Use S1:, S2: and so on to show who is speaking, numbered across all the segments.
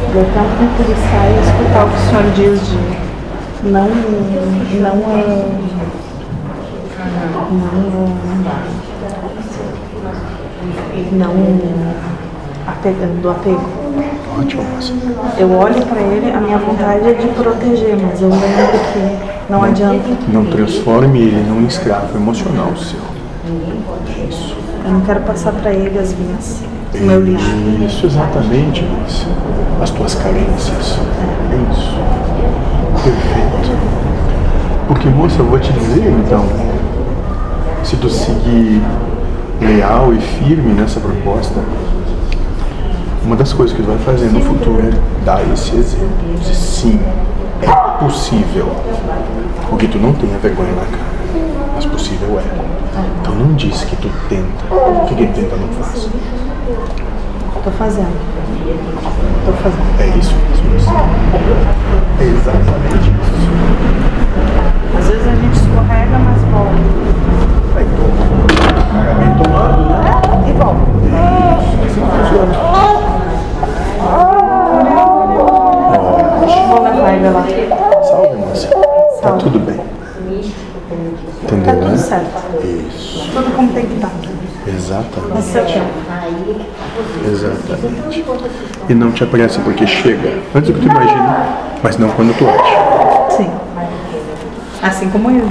S1: Eu tento me policiar e escutar o que o senhor diz de não do apego.
S2: Ótimo, moça.
S1: Eu olho pra ele, a minha vontade é de proteger, mas eu lembro que não adianta.
S2: Não transforme ele num escravo emocional seu. Isso.
S1: Eu não quero passar pra ele as minhas, o meu lixo.
S2: Isso, exatamente, moça. As tuas carências. É isso. Perfeito. Porque, moça, eu vou te dizer, então, se tu seguir leal e firme nessa proposta, uma das coisas que tu vai fazer no futuro é dar esse exemplo. Dizer, sim, é possível. Porque tu não tenha vergonha na cara, mas possível é. Então não diz que tu tenta. O que quem tenta não faz.
S1: Tô fazendo.
S2: É isso mesmo. É exatamente isso.
S1: Às vezes a gente escorrega, mas volta.
S2: Vai tomando, né?
S1: E volta.
S2: Assim funciona.
S1: Vou levar ele lá.
S2: Salve, moça. Tá tudo bem. Entendeu,
S1: Tá tudo
S2: né?
S1: certo.
S2: Isso.
S1: Tudo como tem que estar.
S2: Exatamente.
S1: No seu tempo.
S2: Exatamente. E não te apresse porque chega antes do que tu imagina, mas não quando tu acha.
S1: Sim. Assim como eu.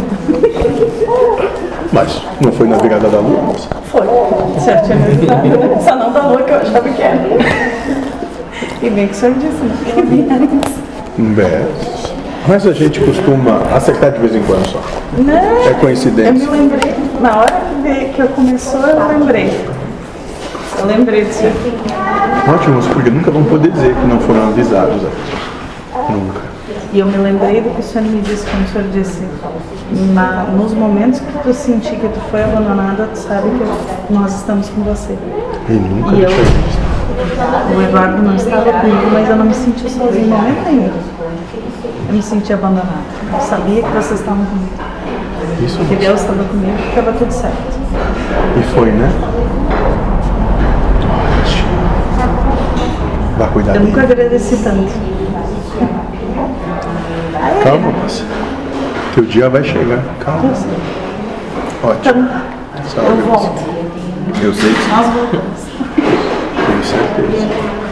S2: Mas não foi na virada da lua, moça?
S1: Foi. Certo, tinha me avisado. Só não da lua que eu achava que era. E bem que o senhor disse, né? Que eu vi antes.
S2: Mas a gente costuma acertar de vez em quando só.
S1: Não.
S2: É coincidência.
S1: Eu me lembrei. Na hora que começou, eu lembrei. Eu lembrei disso.
S2: Ótimo, porque nunca vão poder dizer que não foram avisados aqui. Nunca.
S1: E eu me lembrei do que o senhor me disse, como o senhor disse. Nos momentos que tu sentir que tu foi abandonada, tu sabe que nós estamos com você.
S2: E nunca
S1: E eu-
S2: deixa isso.
S1: O Eduardo não estava comigo, mas eu não me senti sozinha em momento nenhum. Eu me senti abandonada. Eu sabia que vocês estavam comigo.
S2: Isso
S1: Que Deus estava comigo, que estava tudo certo.
S2: E foi, né? Ótimo. Vai cuidar
S1: Eu nunca
S2: dele.
S1: agradeci tanto.
S2: Calma, moça. Teu dia vai chegar. Calma. Ótimo.
S1: Então,
S2: Salve,
S1: eu
S2: moça.
S1: volto.
S2: Eu sei que
S1: Nós voltamos.
S2: tenho certeza.